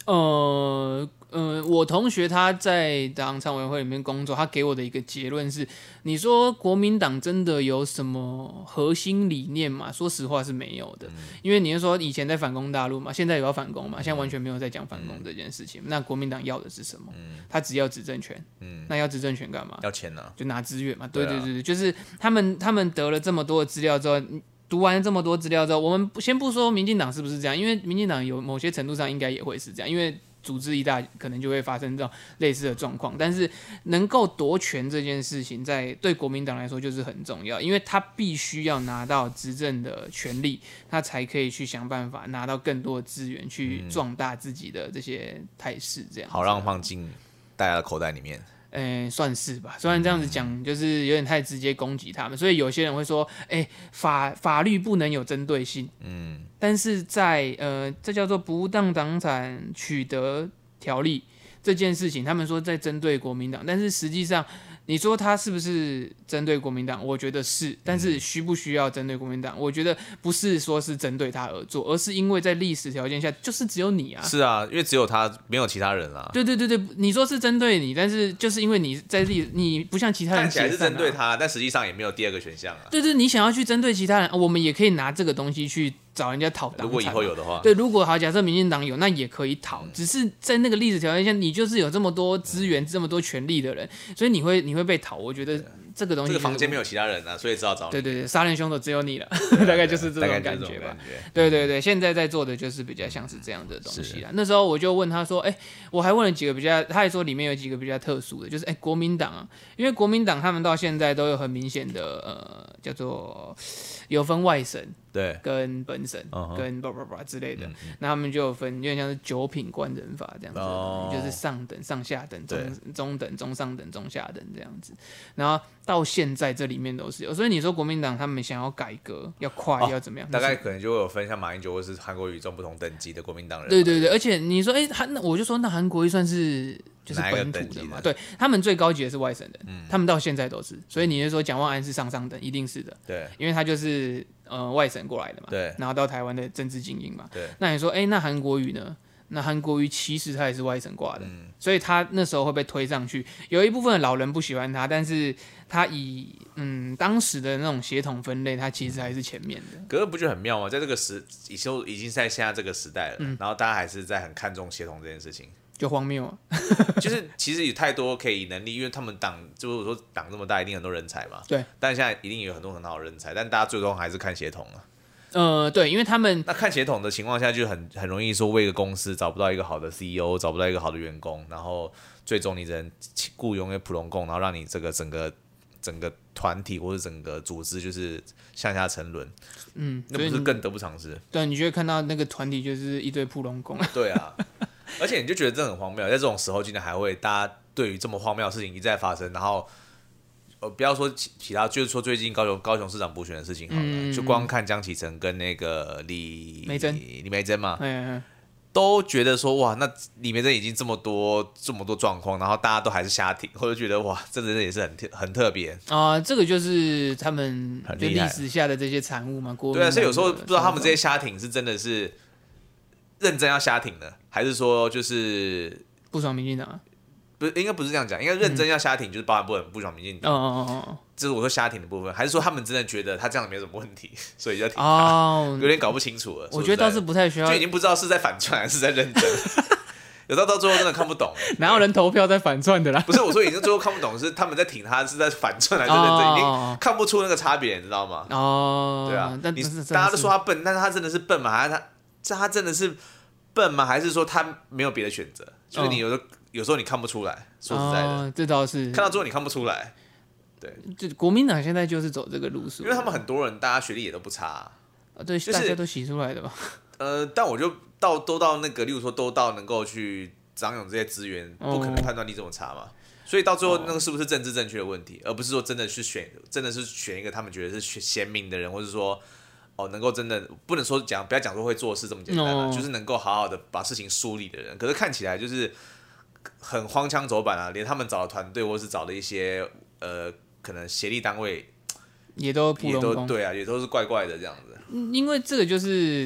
呃呃，我同学他在党常委会里面工作，他给我的一个结论是：你说国民党真的有什么核心理念吗？说实话是没有的，嗯、因为你是说以前在反攻大陆嘛，现在有要反攻嘛，现在完全没有在讲反攻这件事情。嗯、那国民党要的是什么？嗯、他只要执政权。嗯、那要执政权干嘛？ 要钱啊， 就拿资源嘛。对对对对，就是他们他们得了这么多的资料之后。读完这么多资料之后，我们先不说民进党是不是这样，因为民进党有某些程度上应该也会是这样，因为组织一大，可能就会发生这种类似的状况。但是能够夺权这件事情，在对国民党来说就是很重要，因为他必须要拿到执政的权利，他才可以去想办法拿到更多的资源，去壮大自己的这些态势，这样、嗯、 好让放进大家的口袋里面。 诶，算是吧。虽然这样子讲，就是有点太直接攻击他们，所以有些人会说，诶，法法律不能有针对性。嗯，但是在呃，这叫做不当党产取得条例这件事情，他们说在针对国民党，但是实际上。你说他是不是针对国民党？我觉得是，但是需不需要针对国民党？我觉得不是说是针对他而做，而是因为在历史条件下，就是只有你啊。 是啊，因为只有他，没有其他人啊。 对对对对，你说是针对你，但是就是因为你在历，你不像其他人、啊、 看起来是针对他，但实际上也没有第二个选项啊。 对对，你想要去针对其他人，我们也可以拿这个东西去找人家讨党产。 如果以后有的话， 对，如果好，假设民进党有，那也可以讨。嗯、只是在那个历史条件下，你就是有这么多资源、嗯、这么多权力的人，所以你会你会被讨。我觉得。这个东西， 这个房间没有其他人啊，所以只好找你。 对对对，杀人凶手只有你了，大概就是这种感觉吧。对对对，现在在做的就是比较像是这样的东西啦。那时候我就问他说：“哎、欸，我还问了几个比较，他还说里面有几个比较特殊的，就是哎、欸，国民党啊，因为国民党他们到现在都有很明显的呃，叫做有分外省。” 对， 跟本省、uh-huh. 跟叭叭叭之类的，嗯嗯、那他们就有分，有点像是九品官人法这样子， oh. 就是上等、上下等、中中等、中上等、中下等这样子。然后到现在这里面都是有，所以你说国民党他们想要改革、要快、oh, 要怎么样？ 大概可能就会有分像马英九或是韩国瑜这种不同等级的国民党人。 对对对，而且你说，哎、欸，那我就说那韩国瑜算是。就是本土的嘛，对他们最高级的是外省人、嗯，他们到现在都是，所以你就说蒋万安是上上等，一定是的， 对， 因为他就是呃外省过来的嘛， 对， 然后到台湾的政治精英嘛， 对， 那你说，哎、欸，那韩国瑜呢？那韩国瑜其实他也是外省挂的、嗯，所以他那时候会被推上去，有一部分的老人不喜欢他，但是他以嗯当时的那种血统分类，他其实还是前面的。 可是不觉得很妙吗？在这个时，已经已经在现在这个时代了、嗯，然后大家还是在很看重血统这件事情。 就荒谬啊！ 就是其实有太多可以能力，因为他们党就是说党这么大，一定很多人才嘛。 对。 但现在一定有很多很好的人才，但大家最终还是看血统啊。 呃，对，因为他们那看血统的情况下，就很很容易说为一个公司找不到一个好的 C E O， 找不到一个好的员工，然后最终你只能雇佣一个普通工，然后让你这个整个整个团体或者整个组织就是向下沉沦。嗯，那不是更得不偿失？ 对，你就会看到那个团体就是一堆普通工。 对啊。而且你就觉得这很荒谬，在这种时候竟然还会大家对于这么荒谬的事情一再发生，然后呃不要说其他，就是说最近高雄高雄市长补选的事情好了，嗯、就光看江启臣跟那个李梅珍李梅珍嘛， 嘿嘿都觉得说哇，那李梅珍已经这么多这么多状况，然后大家都还是瞎挺，或者觉得哇，这真的也是很很特别啊、呃，这个就是他们就历史下的这些产物嘛。 对啊，所以有时候不知道他们这些瞎挺是真的是认真要瞎挺的，还是说就是不爽民进党、啊？ 不是，应该不是这样讲，应该认真要瞎挺，就是包含不不爽民进党。哦哦哦，这是我说瞎挺的部分，还是说他们真的觉得他这样没有什么问题，所以就挺他？哦，有点搞不清楚了。 我觉得倒是不太需要， 就已经不知道是在反串还是在认真。有到到最后真的看不懂， 哪有人投票在反串的啦？ 不是，我说已经最后看不懂，是他们在挺他是在反串还是认真，哦、已经看不出那个差别，你知道吗？哦，对啊，你大家都说他笨，但是他真的是笨吗？还是他他真的是笨吗？还是说他没有别的选择？就是你有的、哦、有时候你看不出来，说实在的， 哦、这倒是看到最后你看不出来。对， 就国民党现在就是走这个路数， 因为他们很多人，大家学历也都不差、啊， 啊，对，就是、大家都洗出来的吧。 呃，但我就到都到那个，例如说都到能够去掌有这些资源，不可能判断力这么差嘛。哦、所以到最后那个是不是政治正确的问题，而不是说真的去选，真的是选一个他们觉得是贤明的人，或者说哦能够真的不能说讲不要讲说会做事这么简单嘛、哦，就是能够好好的把事情梳理的人。可是看起来就是很荒腔走板啊，连他们找的团队或是找的一些呃可能协力单位也都也都对啊，也都是怪怪的这样子。 因为这个就是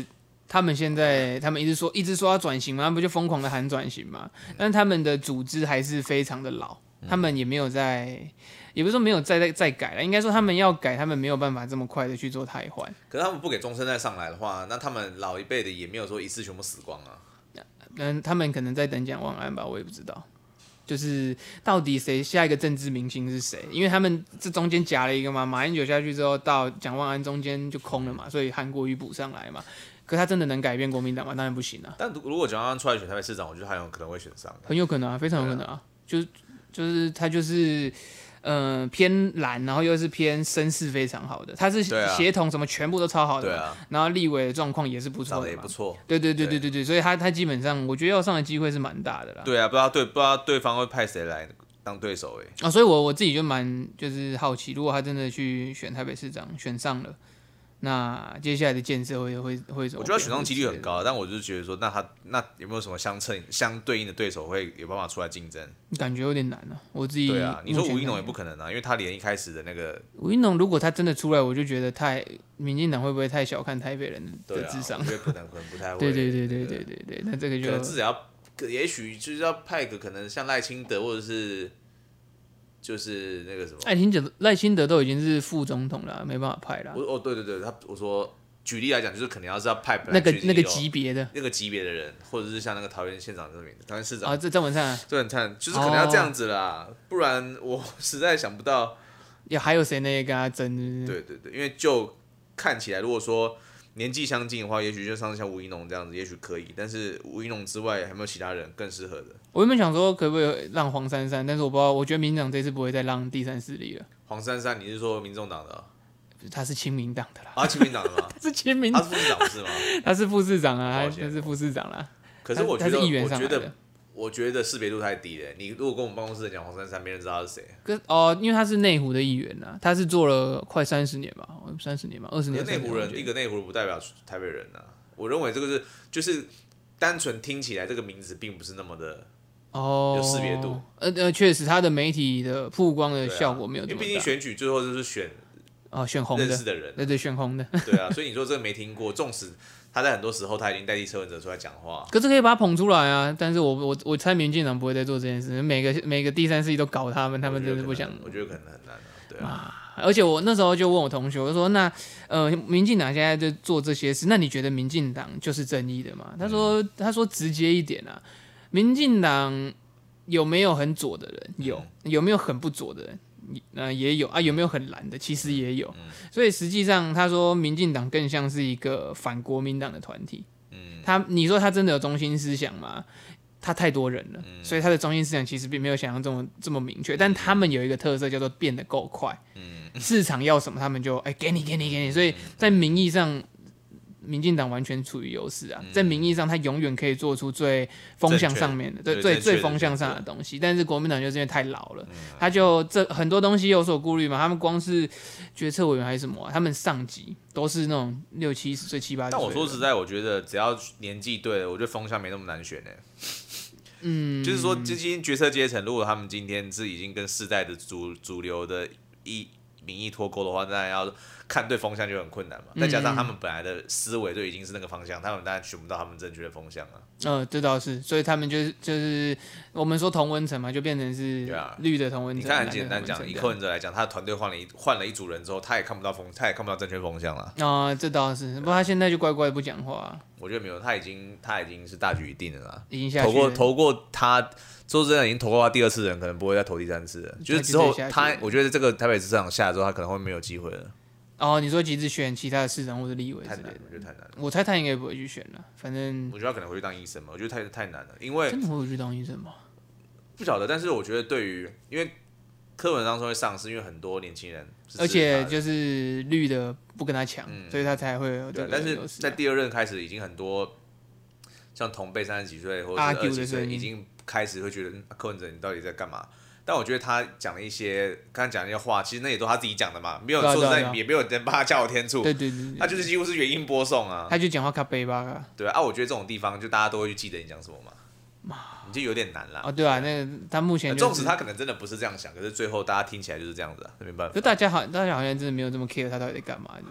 他们现在他们一直说一直说要转型嘛，他们不就疯狂的喊转型嘛？但是他们的组织还是非常的老，他们也没有在，也不是说没有再再再改了，应该说他们要改，他们没有办法这么快的去做汰换。 可是他们不给中生代上来的话，那他们老一辈的也没有说一次全部死光啊。 嗯，他们可能在等蒋万安吧，我也不知道。就是到底谁下一个政治明星是谁？因为他们这中间夹了一个嘛，马英九下去之后，到蒋万安中间就空了嘛，所以韩国瑜补上来嘛。可他真的能改变国民党吗？当然不行啊。 但如果蒋万安出来选台北市长，我觉得还有可能会选上。 很有可能啊，非常有可能啊。啊就就是他就是，呃，偏蓝，然后又是偏声势非常好的，他是协同什么全部都超好的， 对啊。 然后立委的状况也是不错的嘛， 长得也不错。 对对对对对对，所以他他基本上我觉得要上的机会是蛮大的啦。 对啊，不知道对不知道对方会派谁来当对手哎、 欸。啊，所以我我自己就蛮就是好奇，如果他真的去选台北市长，选上了。那接下来的建设会会会怎么？ 我觉得选上几率很高，但我就是觉得说，那他那有没有什么相称相对应的对手会有办法出来竞争？ 感觉有点难啊，我自己。 对啊，你说吴怡农也不可能啊，因为他连一开始的那个吴怡农，如果他真的出来，我就觉得太民进党会不会太小看台北人的智商？ 我觉得可能可能不太会。 对对对对对对对，那这个就可能至少要，也许就是要派个可能像赖清德或者是。就是那个什么， 赖清德赖清德都已经是副总统了，没办法派了。 我哦，对对对，他我说举例来讲，就是可能要是要派那个那个级别的那个级别的人，或者是像那个桃园县长这名桃园市长啊，这郑文灿， 郑文灿就是可能要这样子啦，哦、不然我实在想不到。 要还有谁呢？跟他争？ 对对对，因为就看起来，如果说年纪相近的话，也许就像像吴怡农这样子，也许可以。但是吴怡农之外，还没有其他人更适合的？ 我原本想说可不可以让黄珊珊，但是我不知道，我觉得民进党这次不会再让第三势力了。 黄珊珊，你是说民众党的、哦？ 他是亲民党的啦。 啊，亲民党的吗？ 他是亲民， 他是副市长不是吗？ 他是副市长啊，他是副市长啦。 可是我觉得， 他是议员上来的。 我觉得，我觉得识别度太低了。你如果跟我们办公室人讲黄珊珊，没人知道他是谁。 可哦、呃，因为他是内湖的议员啊，他是做了快三十年吧，三十年吧，二十年。 内湖人，一个内湖人不代表台北人啊。我认为这个是就是单纯听起来这个名字并不是那么的。 哦， 有识别度， 呃呃，确实，他的媒体的曝光的效果没有这么大。 因为毕竟选举最后就是选哦，选红的认识的人， 对对，选红的。 对啊，所以你说这个没听过，纵使他在很多时候他已经代替柯文哲出来讲话， 可是可以把他捧出来啊。但是我我我猜民进党不会再做这件事，每个每个第三势力都搞他们，他们真的不想。 我觉得可能很难啊，对啊。 而且我那时候就问我同学，我说：“那呃，民进党现在就做这些事，那你觉得民进党就是正义的吗？”他说：“嗯、他说直接一点啊，民进党。”有没有很左的人？有，有没有很不左的人？呃，也有啊。有没有很蓝的？其实也有。所以实际上，他说民进党更像是一个反国民党的团体。他你说他真的有中心思想吗？他太多人了，所以他的中心思想其实并没有想象这么这么明确。但他们有一个特色叫做变得够快。市场要什么，他们就哎、欸、给你给你给你。所以在名义上。民进党完全处于优势啊，在名义上，他永远可以做出最风向上面的、最最最风向上的东西。但是国民党就是因为太老了，他就这很多东西有所顾虑嘛。他们光是决策委员还是什么、啊，他们上级都是那种六七十岁、七八十岁。 但我说实在，我觉得只要年纪对了，我觉得风向没那么难选呢、欸。嗯，就是说，这些决策阶层，如果他们今天是已经跟世代的主主流的一。民意脱钩的话，当然要看对风向就很困难嘛。再加上他们本来的思维就已经是那个方向，他们当然选不到他们正确的风向啊。 呃，这倒是，所以他们就是就是我们说同温层嘛，就变成是绿的同温层。 你看很简单讲，以柯文哲来讲，他的团队换了一换了一组人之后，他也看不到风，他也看不到正确风向了。 啊、呃，这倒是，不过他现在就乖乖的不讲话、啊。 我觉得没有，他已经他已经是大局已定了啦， 已经下去了。 投过投过他。说真的，已经投过他第二次的人，可能不会再投第三次了。就是之后他，我觉得这个台北市长下来之后，他可能会没有机会了。 哦，你说急着选其他的市长或者立委之类的， 太难，我觉得太难了。 我猜他应该不会去选了，反正我觉得他可能会去当医生嘛。我觉得太太难了，因为真的会去当医生吗？ 不晓得，但是我觉得对于因为柯文当初会上，是因为很多年轻人， 而且就是绿的不跟他抢、嗯，所以他才会有这个优势、啊。 但是在第二任开始，已经很多像同辈三十几岁或者是二十几岁已经。开始会觉得柯文哲你到底在干嘛？但我觉得他讲了一些，刚才讲那些话，其实那也都他自己讲的嘛，没有说实在，也没有人帮他加油添醋。 对对 对, 對， 他就是几乎是原音播送啊。 他就讲话卡背吧啊。 对啊，我觉得这种地方就大家都会去记得你讲什么嘛，你就有点难啦。 哦，对啊，那个他目前、就是， 纵使他可能真的不是这样想，可是最后大家听起来就是这样子啊，明白？ 就大家好，大家好像真的没有这么 care 他到底在干嘛，对不对？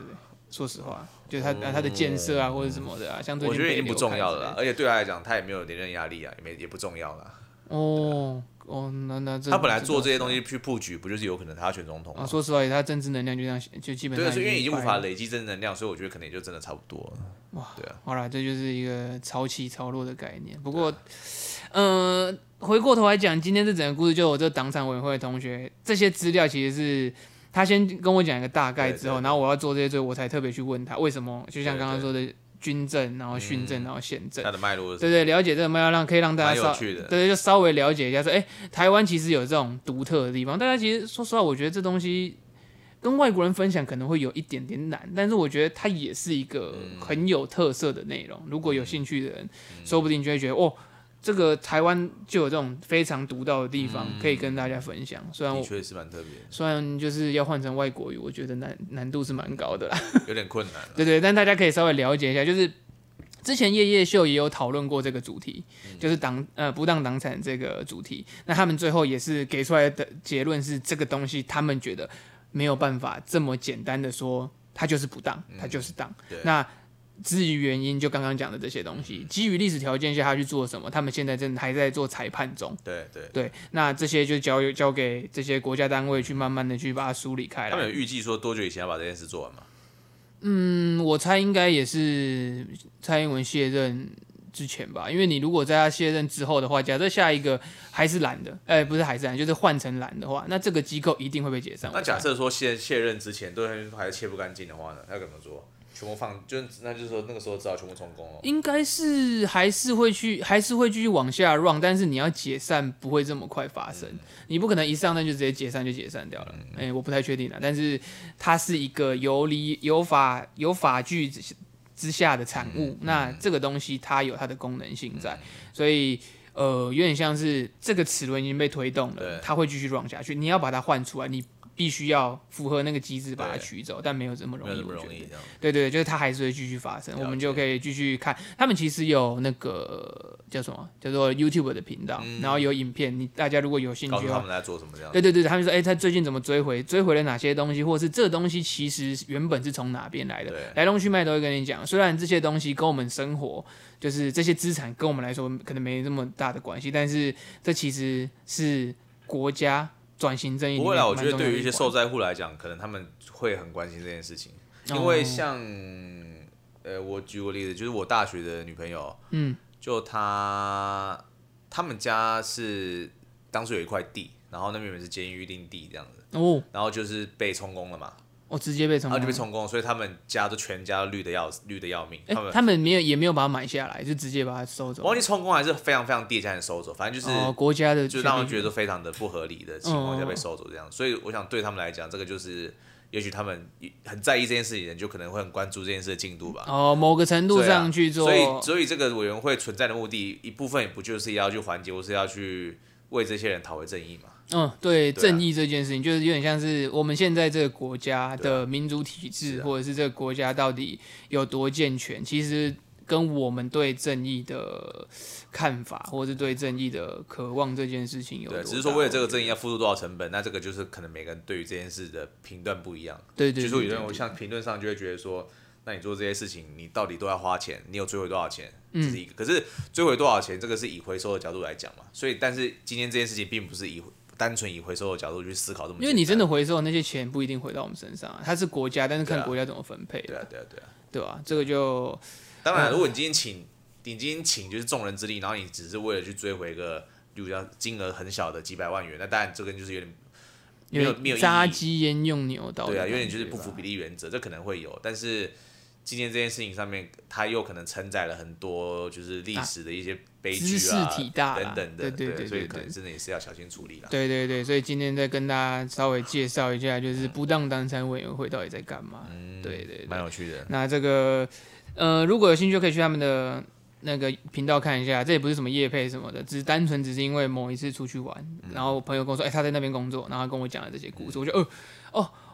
说实话，就是他、哦、他的建设啊或者什么的啊，像最近我觉得已经不重要了啦，而且对他来讲，他也没有连任压力啊，也没也不重要啦。 哦。哦，那那他本来做这些东西去布局，不就是有可能他要选总统吗？ 啊，说实话，他政治能量就这样，就基本上对，因为已经无法累积政治能量，所以我觉得可能也就真的差不多了。 哇， 对啊， 好啦，这就是一个潮起潮落的概念。不过，呃，回过头来讲，今天这整个故事，就我这党产委员会的同学，这些资料其实是他先跟我讲一个大概之后，然后我要做这些之后，我才特别去问他为什么，就像刚刚说的。军政，然后训政，然后宪政， 它的脉络是， 对对，了解这个脉络，让可以让大家稍，对对，就稍微了解一下，说，哎，台湾其实有这种独特的地方。大家其实说实话，我觉得这东西跟外国人分享可能会有一点点难，但是我觉得它也是一个很有特色的内容。如果有兴趣的人，说不定就会觉得，哦。这个台湾就有这种非常独到的地方，嗯、可以跟大家分享。虽然的确是蛮特别， 虽然就是要换成外国语，我觉得难难度是蛮高的啦， 有点困难。 对对，但大家可以稍微了解一下，就是之前夜夜秀也有讨论过这个主题，嗯、就是党呃不当党产这个主题。那他们最后也是给出来的结论是，这个东西他们觉得没有办法这么简单的说它就是不当，它就是当。嗯、那至于原因，就刚刚讲的这些东西，基于历史条件下他去做什么，他们现在真的还在做裁判中。 对对对，那这些就交交给这些国家单位去慢慢的去把它梳理开来。 他们有预计说多久以前要把这件事做完吗？ 嗯，我猜应该也是蔡英文卸任之前吧，因为你如果在他卸任之后的话，假设下一个还是蓝的，哎、欸，不是还是蓝，就是换成蓝的话，那这个机构一定会被解散。 那假设说卸卸任之前都还是切不干净的话呢，要怎么做？全部放，就那就是说那个时候只好全部充公了。 应该是还是会去，还是会继续往下 run， 但是你要解散不会这么快发生，嗯、你不可能一上任就直接解散就解散掉了。哎、嗯欸，我不太确定啦，但是它是一个有理有法有法据之下的产物，嗯、那这个东西它有它的功能性在，嗯、所以。呃，有点像是这个齿轮已经被推动了，它会继续 run 下去。你要把它换出来，你必须要符合那个机制把它取走，但没有这么容易。 我觉得对对，就是它还是会继续发生，我们就可以继续看。他们其实有那个叫什么，叫做 YouTube 的频道，嗯、然后有影片，你大家如果有兴趣的话， 告诉他们在做什么这样。 对对对，他们说，哎、欸，他最近怎么追回，追回了哪些东西，或者是这个东西其实原本是从哪边来的，来龙去脉都会跟你讲。虽然这些东西跟我们生活。就是这些资产跟我们来说可能没这么大的关系，但是这其实是国家转型正义。 不会啦，我觉得对于一些受灾户来讲，可能他们会很关心这件事情，因为像、哦、呃，我举个例子，就是我大学的女朋友，嗯，就她他们家是当初有一块地，然后那边是监狱预定地这样子，哦，然后就是被充公了嘛。 哦，直接被充公， 然后就被充公，所以他们家都全家绿的要绿的要命。 欸、他们他们没有也没有把它买下来，就直接把它收走。 忘记充公还是非常非常低的价钱收走，反正就是、 哦、国家的， 就让他们觉得非常的不合理的情况下被收走这样。哦、所以我想对他们来讲，这个就是也许他们很在意这件事情的人，就可能会很关注这件事的进度吧。 哦，某个程度上去做。 所以、啊、所以这个委员会存在的目的一部分也不就是要去缓解，或是要去为这些人讨回正义嘛？ 嗯，对，对啊、正义这件事情，就是有点像是我们现在这个国家的民主体制，啊、或者是这个国家到底有多健全，其实跟我们对正义的看法，或是对正义的渴望这件事情有多大。 对，只是说为了这个正义要付出多少成本，那这个就是可能每个人对于这件事的评断不一样。 对对对， 就是有人像评论上就会觉得说，那你做这些事情，你到底都要花钱，你有追回多少钱？这是一个。嗯、可是追回多少钱，这个是以回收的角度来讲嘛，所以但是今天这件事情并不是以单纯以回收的角度去思考这么， 因为你真的回收那些钱不一定回到我们身上、啊，它是国家，但是看国家怎么分配。 对啊，对啊，对啊， 对吧、啊？这个就当然，如果你今天请，你今天请就是众人之力，然后你只是为了去追回一个，比如讲金额很小的几百万元，那当然这个就是有点没有没有杀鸡焉用牛刀。 对啊，有点就是不符比例原则，这可能会有，但是。今天这件事情上面，它又可能承载了很多就是历史的一些悲剧啊，等等的， 对对 对, 对， 所以可能真的也是要小心处理啦。 对对对，所以今天再跟大家稍微介绍一下，就是不当党产委员会到底在干嘛。嗯，对 对, 对， 蛮有趣的。 那这个呃，如果有兴趣，可以去他们的那个频道看一下。这也不是什么业配什么的，只是单纯只是因为某一次出去玩，嗯、然后我朋友跟我说，哎、欸，他在那边工作，然后他跟我讲了这些故事，嗯、我就呃哦。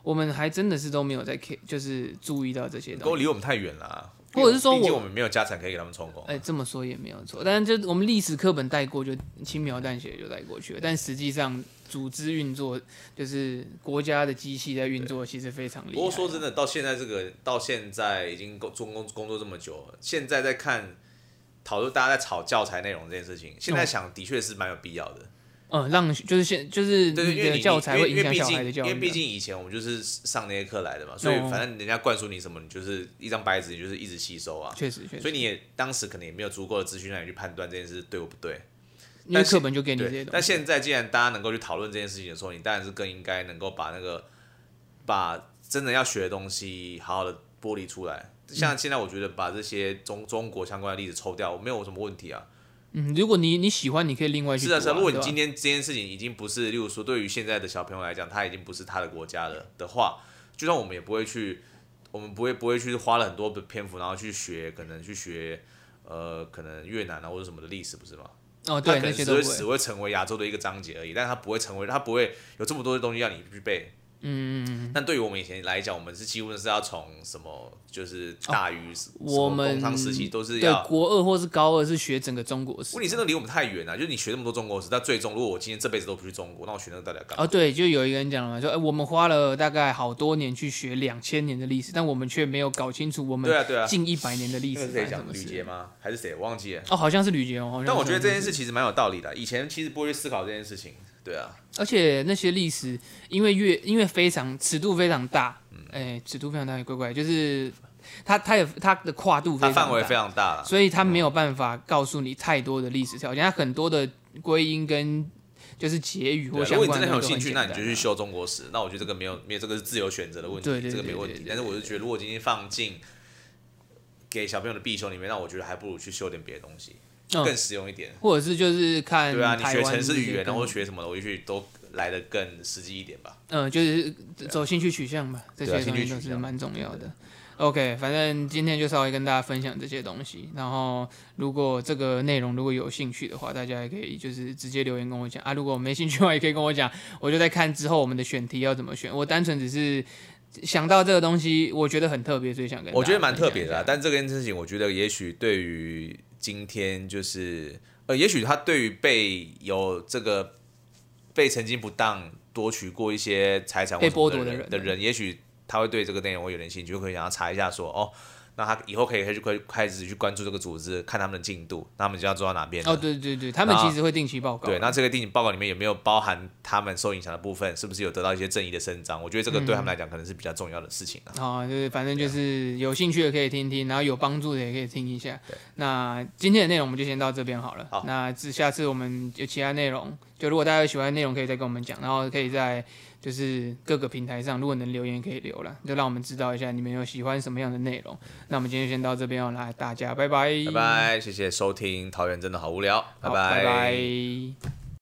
我们还真的是都没有在 K， 就是注意到这些东西。 都离我们太远了、啊， 或者是说我， 毕竟我们没有家产可以给他们充公。 哎、欸，这么说也没有错，但是就我们历史课本带过，就轻描淡写就带过去了。但实际上，组织运作就是国家的机器在运作，其实非常厉害。 不过说真的，到现在这个到现在已经做工工作这么久了，现在在看讨论大家在吵教材内容这件事情，现在想的确是蛮有必要的。 嗯，让就是现就是你的教材会影响小孩的教育， 因为毕竟以前我们就是上那些课来的嘛，所以反正人家灌输你什么，你就是一张白纸，你就是一直吸收啊。 确实，确实。 所以你也当时可能也没有足够的资讯让你去判断这件事对或不对， 因为课本就给你这些东西。 但现在既然大家能够去讨论这件事情的时候，你当然是更应该能够把那个把真的要学的东西好好的剥离出来。像现在我觉得把这些中中国相关的例子抽掉，没有什么问题啊。 嗯，如果你你喜欢，你可以另外去读、啊。 是啊，是啊。如果你今天这件事情已经不是，例如说对于现在的小朋友来讲，他已经不是他的国家了的话，就算我们也不会去，我们不会不会去花了很多的篇幅，然后去学，可能去学呃，可能越南啊或者什么的历史，不是吗？ 哦，对， 它可能只会只会成为亚洲的一个章节而已，但它不会成为，它不会有这么多的东西让你去背。 嗯嗯嗯。 但对于我们以前来讲，我们是几乎是要从什么，就是大于、哦、 我们工商时期都是要对国二或是高二是学整个中国史。 问题真的离我们太远了，就是你学那么多中国史，但最终如果我今天这辈子都不去中国，那我学那个到底要干嘛？ 哦，对，就有一个人讲了嘛，说、欸、我们花了大概好多年去学两千年的历史，但我们却没有搞清楚我们近一百年的历史。 对啊，对啊。是谁讲？吕杰吗？还是谁？我忘记了。 哦，好像是吕杰哦。 但我觉得这件事其实蛮有道理的，以前其实不会去思考这件事情。对啊， 而且那些历史，因为越因为非常尺度非常大，哎、嗯欸，尺度非常大，怪怪，就是它它有它的跨度非常大， 它范围非常大了， 所以它没有办法告诉你太多的历史条件，它很多的归因跟就是结语或相关的。 如果你真的很有兴趣，那你就去修中国史。那我觉得这个没有没有这个是自由选择的问题， 对对对对对对， 这个没问题。但是我就觉得，如果今天放进给小朋友的必修里面，那我觉得还不如去修点别的东西。更实用一点， 或者是就是看对啊，你学程式语言，然后学什么的，我去都来得更实际一点吧。 嗯，就是走兴趣取向吧，这些东西都是蛮重要的。OK， 反正今天就稍微跟大家分享这些东西。然后，如果这个内容如果有兴趣的话，大家也可以就是直接留言跟我讲啊。如果没兴趣的话，也可以跟我讲，我就在看之后我们的选题要怎么选。我单纯只是想到这个东西，我觉得很特别，所以想跟大家我觉得蛮特别的、啊。但这件事情，我觉得也许对于今天就是呃，也许他对于被有这个被曾经不当夺取过一些财产或什么的人被剥夺的人的人，也许他会对这个内容会有点兴趣，就可以想要查一下说哦。那他以后可以可以开始去关注这个组织，看他们的进度，那他们就要做到哪边。 哦，对对对，他们其实会定期报告。 对，那这个定期报告里面有没有包含他们受影响的部分？是不是有得到一些正义的伸张？我觉得这个对他们来讲可能是比较重要的事情啊。 好、嗯，就是反正就是有兴趣的可以听听，然后有帮助的也可以听一下。那今天的内容我们就先到这边好了。 好， 那下次我们有其他内容，就如果大家有喜欢的内容，可以再跟我们讲，然后可以在就是各个平台上，如果能留言可以留了，就让我们知道一下你们有喜欢什么样的内容。那我们今天先到这边哦，来大家拜拜， 拜拜，谢谢收听，桃园真的好无聊，拜拜， 拜拜。